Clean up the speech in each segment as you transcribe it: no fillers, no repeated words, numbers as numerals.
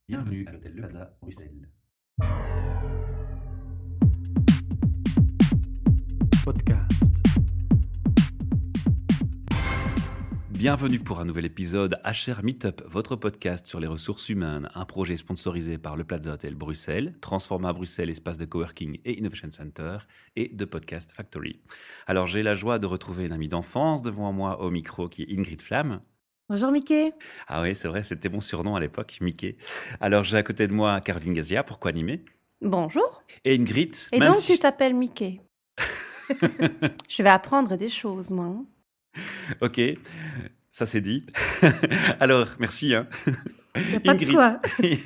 Bienvenue à l'hôtel Le Plaza, Bruxelles. Podcast. Bienvenue pour un nouvel épisode HR Meetup, votre podcast sur les ressources humaines, un projet sponsorisé par le Plaza Hotel Bruxelles, Transforma Bruxelles, espace de coworking et innovation center, et de Podcast Factory. Alors j'ai la joie de retrouver une amie d'enfance devant moi au micro qui est Ingrid Flamme. Bonjour Mickey. Ah oui, c'est vrai, c'était mon surnom à l'époque, Mickey. Alors j'ai à côté de moi Caroline Gazia, pour co-animer. Bonjour. Et Ingrid, Et même donc si tu t'appelles Mickey. Je vais apprendre des choses, moi. hein. Ok, ça c'est dit. Alors, merci. Hein. Y a pas de quoi.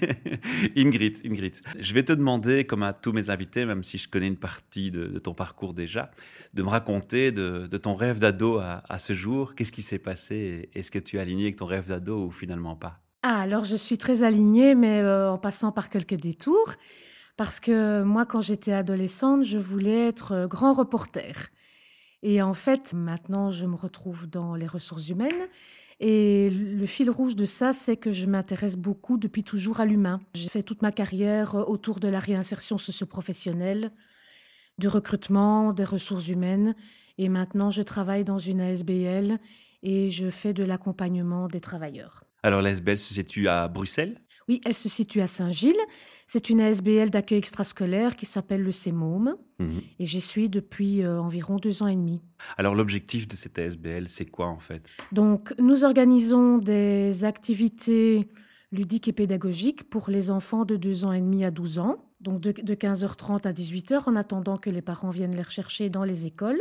Ingrid, je vais te demander, comme à tous mes invités, même si je connais une partie de ton parcours déjà, de me raconter de ton rêve d'ado à ce jour. Qu'est-ce qui s'est passé? Est-ce que tu es aligné avec ton rêve d'ado ou finalement pas? Ah, alors je suis très alignée, mais en passant par quelques détours. Parce que moi, quand j'étais adolescente, je voulais être grand reporter. Et en fait, maintenant, je me retrouve dans les ressources humaines. Et le fil rouge de ça, c'est que je m'intéresse beaucoup depuis toujours à l'humain. J'ai fait toute ma carrière autour de la réinsertion socio-professionnelle, du recrutement, des ressources humaines. Et maintenant, je travaille dans une ASBL et je fais de l'accompagnement des travailleurs. Alors, l'ASBL se situe à Bruxelles? Oui, elle se situe à Saint-Gilles. C'est une ASBL d'accueil extrascolaire qui s'appelle le CEMOM. Et j'y suis depuis environ 2 ans et demi. Alors, l'objectif de cette ASBL, c'est quoi en fait? Donc, nous organisons des activités ludiques et pédagogiques pour les enfants de 2 ans et demi à 12 ans. Donc, de 15h30 à 18h, en attendant que les parents viennent les rechercher dans les écoles.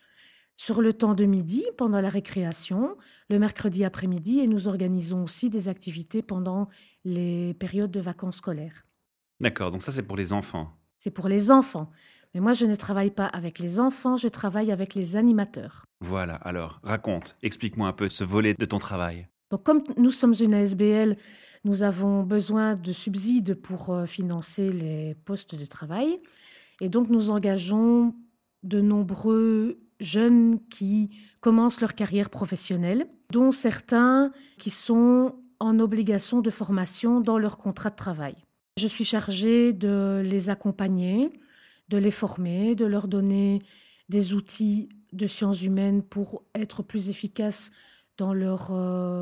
Sur le temps de midi, pendant la récréation, le mercredi après-midi, et nous organisons aussi des activités pendant les périodes de vacances scolaires. D'accord, donc ça c'est pour les enfants. C'est pour les enfants. Mais moi, je ne travaille pas avec les enfants, je travaille avec les animateurs. Voilà, alors raconte, explique-moi un peu ce volet de ton travail. Donc, comme nous sommes une ASBL, nous avons besoin de subsides pour financer les postes de travail. Et donc, nous engageons de nombreux jeunes qui commencent leur carrière professionnelle, dont certains qui sont en obligation de formation dans leur contrat de travail. Je suis chargée de les accompagner, de les former, de leur donner des outils de sciences humaines pour être plus efficaces dans leurs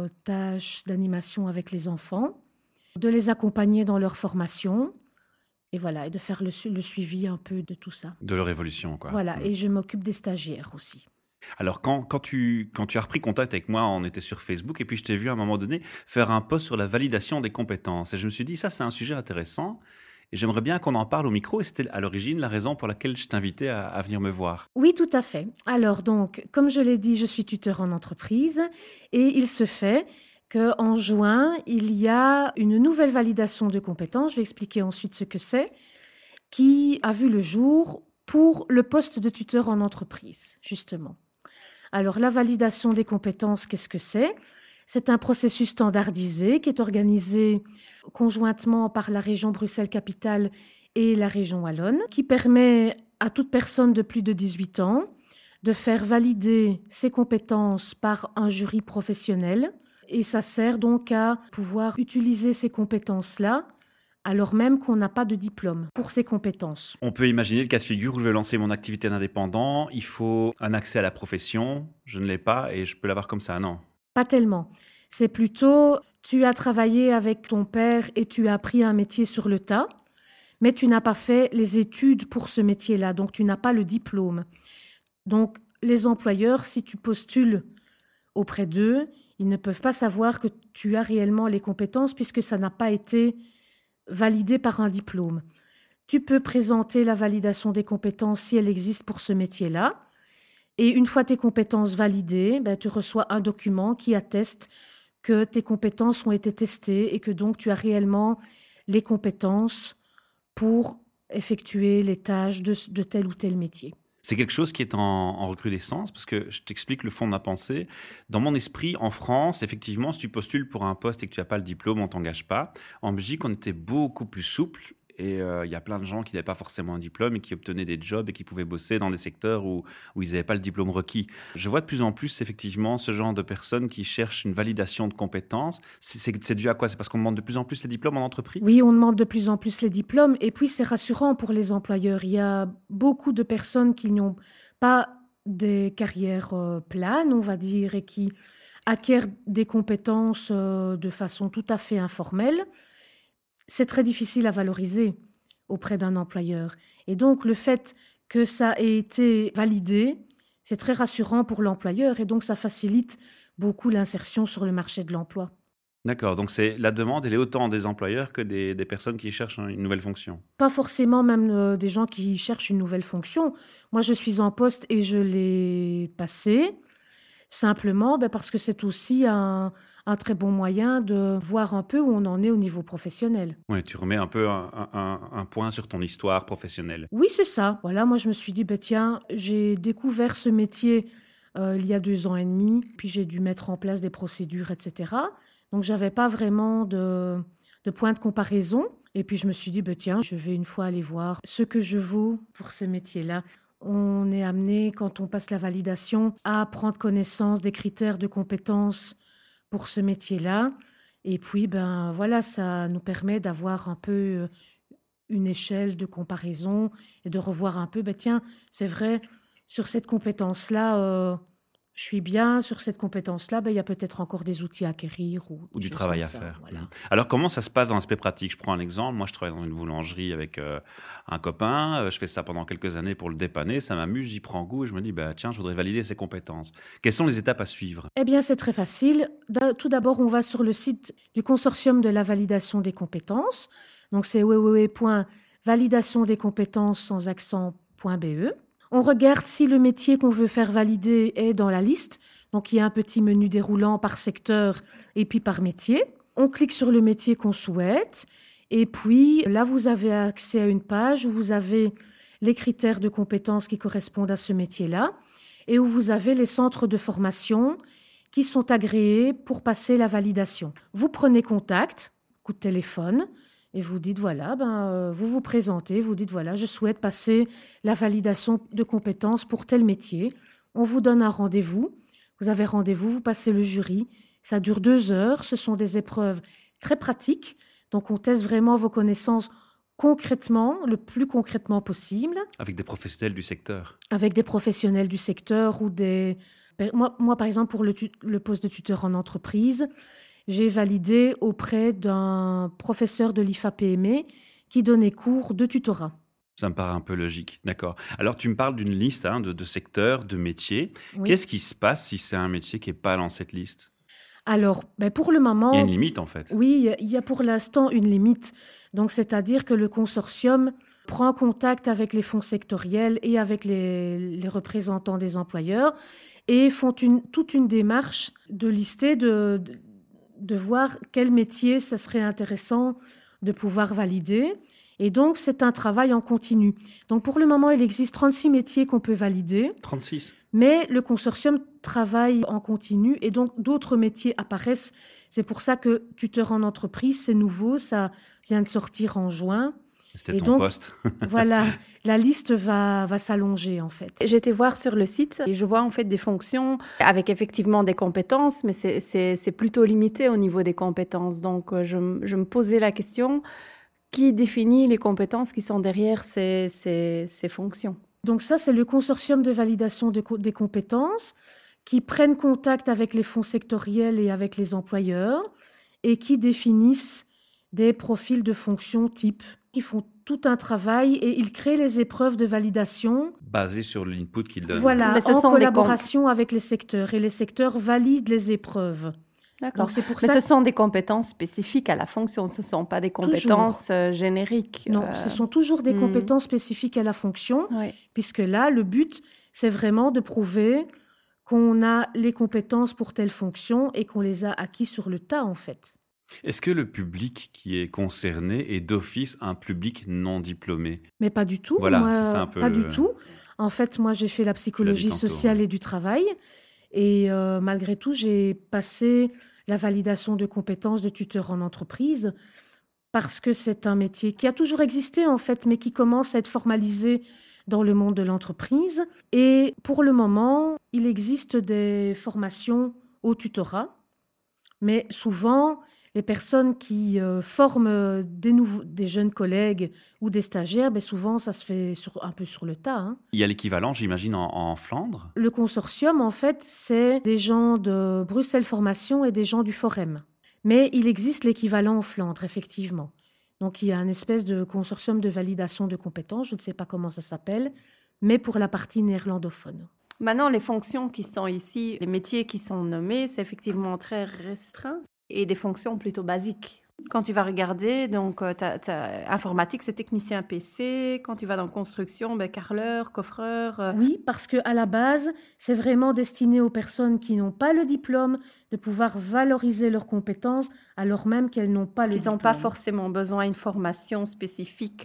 tâches d'animation avec les enfants, de les accompagner dans leur formation, et voilà, et de faire le suivi un peu de tout ça. De leur évolution, quoi. Voilà, et je m'occupe des stagiaires aussi. Alors, quand tu as repris contact avec moi, on était sur Facebook, et puis je t'ai vu à un moment donné faire un post sur la validation des compétences. Et je me suis dit, ça, c'est un sujet intéressant, et j'aimerais bien qu'on en parle au micro, et c'était à l'origine la raison pour laquelle je t'invitais à venir me voir. Oui, tout à fait. Alors, donc, comme je l'ai dit, je suis tuteur en entreprise, et il se fait qu'en juin, il y a une nouvelle validation de compétences, je vais expliquer ensuite ce que c'est, qui a vu le jour pour le poste de tuteur en entreprise, justement. Alors, la validation des compétences, qu'est-ce que c'est? C'est un processus standardisé qui est organisé conjointement par la région Bruxelles-Capitale et la région Wallonne, qui permet à toute personne de plus de 18 ans de faire valider ses compétences par un jury professionnel. Et ça sert donc à pouvoir utiliser ces compétences-là alors même qu'on n'a pas de diplôme pour ces compétences. On peut imaginer le cas de figure où je vais lancer mon activité d'indépendant, il faut un accès à la profession, je ne l'ai pas, et je peux l'avoir comme ça, non? Pas tellement. C'est plutôt, tu as travaillé avec ton père et tu as appris un métier sur le tas, mais tu n'as pas fait les études pour ce métier-là, donc tu n'as pas le diplôme. Donc, les employeurs, si tu postules auprès d'eux, ils ne peuvent pas savoir que tu as réellement les compétences puisque ça n'a pas été validé par un diplôme. Tu peux présenter la validation des compétences si elle existe pour ce métier-là. Et une fois tes compétences validées, tu reçois un document qui atteste que tes compétences ont été testées et que donc tu as réellement les compétences pour effectuer les tâches de tel ou tel métier. C'est quelque chose qui est en recrudescence, parce que je t'explique le fond de ma pensée. Dans mon esprit, en France, effectivement, si tu postules pour un poste et que tu n'as pas le diplôme, on ne t'engage pas. En Belgique, on était beaucoup plus souple. Et il y a plein de gens qui n'avaient pas forcément un diplôme et qui obtenaient des jobs et qui pouvaient bosser dans des secteurs où ils n'avaient pas le diplôme requis. Je vois de plus en plus, effectivement, ce genre de personnes qui cherchent une validation de compétences. C'est dû à quoi? C'est parce qu'on demande de plus en plus les diplômes en entreprise? Oui, on demande de plus en plus les diplômes et puis c'est rassurant pour les employeurs. Il y a beaucoup de personnes qui n'ont pas des carrières planes, on va dire, et qui acquièrent des compétences de façon tout à fait informelle. C'est très difficile à valoriser auprès d'un employeur. Et donc, le fait que ça ait été validé, c'est très rassurant pour l'employeur et donc ça facilite beaucoup l'insertion sur le marché de l'emploi. D'accord, donc la demande, elle est autant des employeurs que des personnes qui cherchent une nouvelle fonction. Pas forcément même des gens qui cherchent une nouvelle fonction. Moi, je suis en poste et je l'ai passé. Simplement parce que c'est aussi un très bon moyen de voir un peu où on en est au niveau professionnel. Oui, tu remets un peu un point sur ton histoire professionnelle. Oui, c'est ça. Voilà, moi, je me suis dit, tiens, j'ai découvert ce métier il y a 2 ans et demi, puis j'ai dû mettre en place des procédures, etc. Donc, je n'avais pas vraiment de point de comparaison. Et puis, je me suis dit, tiens, je vais une fois aller voir ce que je vaux pour ce métier-là. On est amené, quand on passe la validation, à prendre connaissance des critères de compétences pour ce métier-là. Et puis, voilà, ça nous permet d'avoir un peu une échelle de comparaison et de revoir un peu, tiens, c'est vrai, sur cette compétence-là, je suis bien, sur cette compétence-là, il y a peut-être encore des outils à acquérir. Ou du travail à faire. Voilà. Alors, comment ça se passe dans l'aspect pratique? Je prends un exemple. Moi, je travaille dans une boulangerie avec un copain. Je fais ça pendant quelques années pour le dépanner. Ça m'amuse, j'y prends goût. Et je me dis, tiens, je voudrais valider ses compétences. Quelles sont les étapes à suivre? Eh bien, c'est très facile. Tout d'abord, on va sur le site du consortium de la validation des compétences. Donc, c'est www.validationdescompétences sans accent.be. On regarde si le métier qu'on veut faire valider est dans la liste. Donc, il y a un petit menu déroulant par secteur et puis par métier. On clique sur le métier qu'on souhaite. Et puis, là, vous avez accès à une page où vous avez les critères de compétences qui correspondent à ce métier-là et où vous avez les centres de formation qui sont agréés pour passer la validation. Vous prenez contact, coup de téléphone, et vous dites, voilà, vous vous présentez, vous dites, voilà, je souhaite passer la validation de compétences pour tel métier. On vous donne un rendez-vous. Vous avez rendez-vous, vous passez le jury. Ça dure 2 heures. Ce sont des épreuves très pratiques. Donc, on teste vraiment vos connaissances concrètement, le plus concrètement possible. Avec des professionnels du secteur. Avec des professionnels du secteur ou des... Moi, par exemple, pour le poste de tuteur en entreprise, j'ai validé auprès d'un professeur de l'IFA-PME qui donnait cours de tutorat. Ça me paraît un peu logique, d'accord. Alors, tu me parles d'une liste de secteurs, de métiers. Oui. Qu'est-ce qui se passe si c'est un métier qui n'est pas dans cette liste? Alors, pour le moment... Il y a une limite, en fait. Oui, il y a pour l'instant une limite. Donc, c'est-à-dire que le consortium prend contact avec les fonds sectoriels et avec les représentants des employeurs et font toute une démarche de lister, de voir quel métier ça serait intéressant de pouvoir valider. Et donc, c'est un travail en continu. Donc, pour le moment, il existe 36 métiers qu'on peut valider. 36. Mais le consortium travaille en continu et donc d'autres métiers apparaissent. C'est pour ça que tuteur en entreprise, c'est nouveau, ça vient de sortir en juin. C'était ton poste. Voilà, la liste va s'allonger en fait. J'ai été voir sur le site et je vois en fait des fonctions avec effectivement des compétences, mais c'est plutôt limité au niveau des compétences. Donc je me posais la question, qui définit les compétences qui sont derrière ces fonctions? Donc ça, c'est le consortium de validation des compétences qui prennent contact avec les fonds sectoriels et avec les employeurs et qui définissent des profils de fonctions type. Ils font tout un travail et ils créent les épreuves de validation. Basées sur l'input qu'ils donnent. Voilà, en collaboration avec les secteurs. Et les secteurs valident les épreuves. D'accord. Mais ce sont des compétences spécifiques à la fonction, ce ne sont pas des compétences génériques. Non, ce sont toujours des compétences spécifiques à la fonction, puisque là, le but, c'est vraiment de prouver qu'on a les compétences pour telle fonction et qu'on les a acquis sur le tas, en fait. Est-ce que le public qui est concerné est d'office un public non diplômé? Mais pas du tout. Voilà, moi, c'est ça un peu... Pas du tout. En fait, moi, j'ai fait la psychologie sociale et du travail. Et malgré tout, j'ai passé la validation de compétences de tuteur en entreprise parce que c'est un métier qui a toujours existé en fait, mais qui commence à être formalisé dans le monde de l'entreprise. Et pour le moment, il existe des formations au tutorat, mais souvent, les personnes qui forment des jeunes collègues ou des stagiaires, souvent, ça se fait un peu sur le tas, hein. Il y a l'équivalent, j'imagine, en Flandre. Le consortium, en fait, c'est des gens de Bruxelles Formation et des gens du Forum. Mais il existe l'équivalent en Flandre, effectivement. Donc, il y a une espèce de consortium de validation de compétences, je ne sais pas comment ça s'appelle, mais pour la partie néerlandophone. Maintenant, les fonctions qui sont ici, les métiers qui sont nommés, c'est effectivement très restreint et des fonctions plutôt basiques. Quand tu vas regarder, donc, informatique, c'est technicien PC. Quand tu vas dans construction, carreleur, coffreur. Oui, parce qu'à la base, c'est vraiment destiné aux personnes qui n'ont pas le diplôme de pouvoir valoriser leurs compétences alors même qu'elles n'ont pas le diplôme. Ils n'ont pas forcément besoin d'une formation spécifique.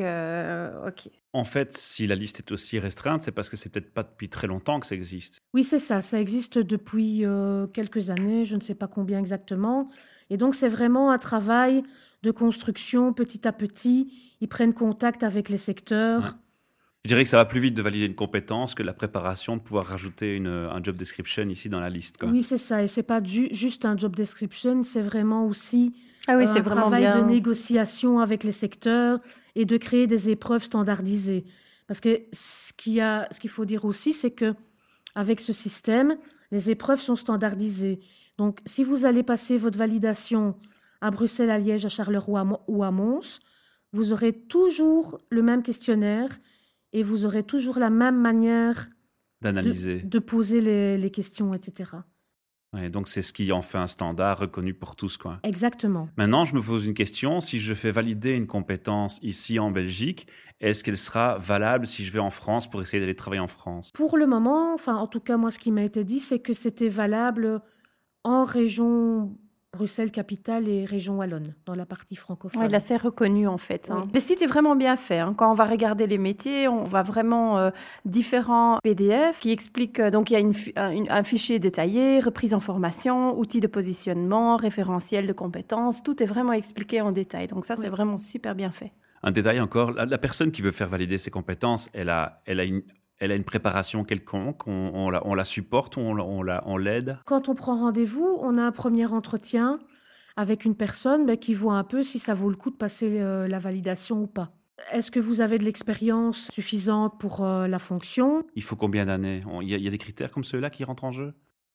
OK. En fait, si la liste est aussi restreinte, c'est parce que c'est peut-être pas depuis très longtemps que ça existe. Oui, c'est ça. Ça existe depuis quelques années, je ne sais pas combien exactement. Et donc, c'est vraiment un travail de construction petit à petit. Ils prennent contact avec les secteurs. Ouais. Je dirais que ça va plus vite de valider une compétence que la préparation de pouvoir rajouter un job description ici dans la liste, quoi. Oui, c'est ça. Et c'est pas juste un job description, c'est vraiment aussi c'est un vraiment travail bien. de négociation avec les secteurs et de créer des épreuves standardisées. Parce que ce qu'il faut dire aussi, c'est que avec ce système, les épreuves sont standardisées. Donc, si vous allez passer votre validation à Bruxelles, à Liège, à Charleroi ou à Mons, vous aurez toujours le même questionnaire et vous aurez toujours la même manière d'analyser, de poser les questions, etc. Ouais, donc c'est ce qui en fait un standard reconnu pour tous, quoi. Exactement. Maintenant, je me pose une question. Si je fais valider une compétence ici en Belgique, est-ce qu'elle sera valable si je vais en France pour essayer d'aller travailler en France? Pour le moment, enfin, en tout cas, moi, ce qui m'a été dit, c'est que c'était valable en région Bruxelles-Capitale et région Wallonne, dans la partie francophone. Oui, là, c'est reconnu, en fait. Oui. Le site est vraiment bien fait. Quand on va regarder les métiers, on voit vraiment différents PDF qui expliquent... donc, il y a un fichier détaillé, reprise en formation, outils de positionnement, référentiel de compétences. Tout est vraiment expliqué en détail. Donc, ça, c'est vraiment super bien fait. Un détail encore, la personne qui veut faire valider ses compétences, elle a une préparation quelconque, on la supporte ou on l'aide? Quand on prend rendez-vous, on a un premier entretien avec une personne qui voit un peu si ça vaut le coup de passer la validation ou pas. Est-ce que vous avez de l'expérience suffisante pour la fonction? Il faut combien d'années? Il y a des critères comme ceux-là qui rentrent en jeu?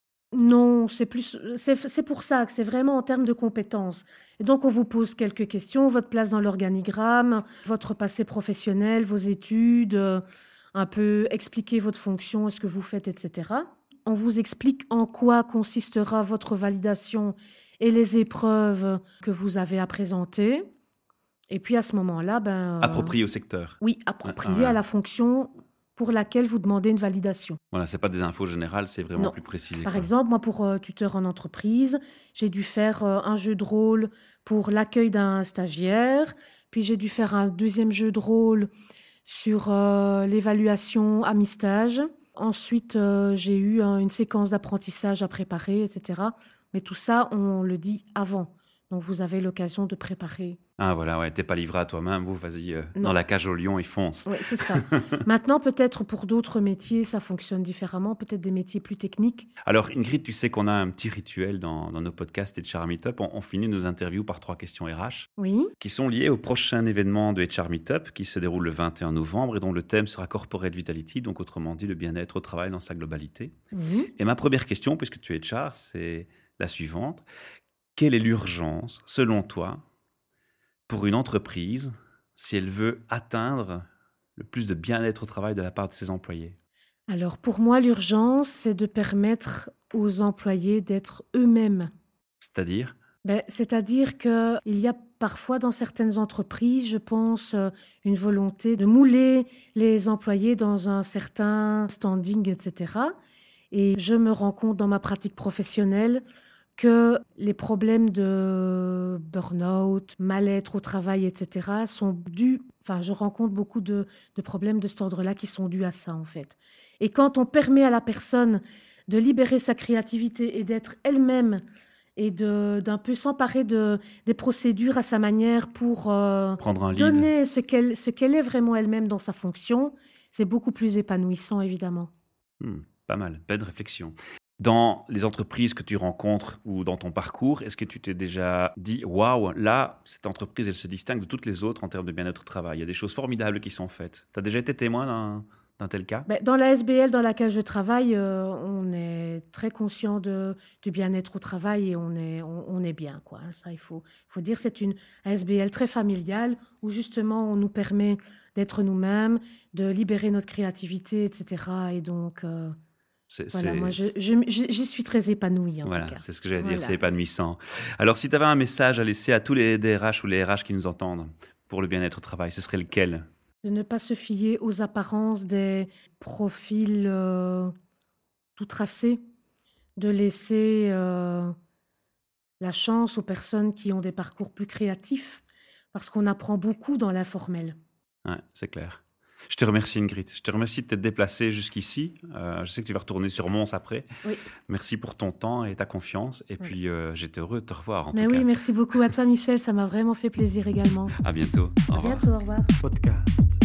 Non, c'est pour ça que c'est vraiment en termes de compétences. Et donc, on vous pose quelques questions, votre place dans l'organigramme, votre passé professionnel, vos études, un peu expliquer votre fonction, ce que vous faites, etc. On vous explique en quoi consistera votre validation et les épreuves que vous avez à présenter. Et puis, à ce moment-là, approprié au secteur. Oui, approprié à la fonction pour laquelle vous demandez une validation. Voilà, c'est pas des infos générales, c'est vraiment plus précisé. Par exemple, moi, pour tuteur en entreprise, j'ai dû faire un jeu de rôle pour l'accueil d'un stagiaire, puis j'ai dû faire un deuxième jeu de rôle sur l'évaluation à mi-stage. Ensuite, j'ai eu une séquence d'apprentissage à préparer, etc. Mais tout ça, on le dit avant. Donc, vous avez l'occasion de préparer. Ah voilà, ouais, t'es pas livré à toi-même, vas-y dans la cage au lion et fonce. Oui, c'est ça. Maintenant, peut-être pour d'autres métiers, ça fonctionne différemment, peut-être des métiers plus techniques. Alors Ingrid, tu sais qu'on a un petit rituel dans nos podcasts et HR Meetup. On finit nos interviews par 3 questions RH. Oui. Qui sont liées au prochain événement de HR Meetup qui se déroule le 21 novembre et dont le thème sera Corporate Vitality, donc autrement dit le bien-être au travail dans sa globalité. Oui. Et ma première question, puisque tu es HR, c'est la suivante. Quelle est l'urgence, selon toi, pour une entreprise si elle veut atteindre le plus de bien-être au travail de la part de ses employés? Alors pour moi, l'urgence, c'est de permettre aux employés d'être eux-mêmes. C'est-à-dire? C'est-à-dire qu'il y a parfois dans certaines entreprises, je pense, une volonté de mouler les employés dans un certain standing, etc. Et je me rends compte dans ma pratique professionnelle que les problèmes de burn-out, mal-être au travail, etc. sont dus, je rencontre beaucoup de problèmes de cet ordre-là qui sont dus à ça, en fait. Et quand on permet à la personne de libérer sa créativité et d'être elle-même et d'un peu s'emparer des procédures à sa manière pour Prendre un lead. donner ce qu'elle est vraiment elle-même dans sa fonction, c'est beaucoup plus épanouissant, évidemment. Pas mal, belle réflexion. Dans les entreprises que tu rencontres ou dans ton parcours, est-ce que tu t'es déjà dit « Waouh, là, cette entreprise, elle se distingue de toutes les autres en termes de bien-être au travail. Il y a des choses formidables qui sont faites. » Tu as déjà été témoin d'un tel cas? Dans la SBL dans laquelle je travaille, on est très conscient du bien-être au travail et on est bien, quoi. Ça, il faut dire, c'est une SBL très familiale où justement on nous permet d'être nous-mêmes, de libérer notre créativité, etc. Et donc, voilà, moi, j'y suis très épanouie en tout cas. Voilà, c'est ce que j'allais dire, Voilà. c'est épanouissant. Alors, si tu avais un message à laisser à tous les DRH ou les RH qui nous entendent pour le bien-être au travail, ce serait lequel? De ne pas se fier aux apparences des profils tout tracés, de laisser la chance aux personnes qui ont des parcours plus créatifs, parce qu'on apprend beaucoup dans l'informel. Ouais, c'est clair. Je te remercie, Ingrid. Je te remercie de t'être déplacée jusqu'ici. Je sais que tu vas retourner sur Mons après. Oui. Merci pour ton temps et ta confiance. Et puis, j'étais heureux de te revoir en Mais tout oui, cas. merci beaucoup à toi, Michel. Ça m'a vraiment fait plaisir également. À bientôt. Au À revoir. bientôt, au revoir. Podcast.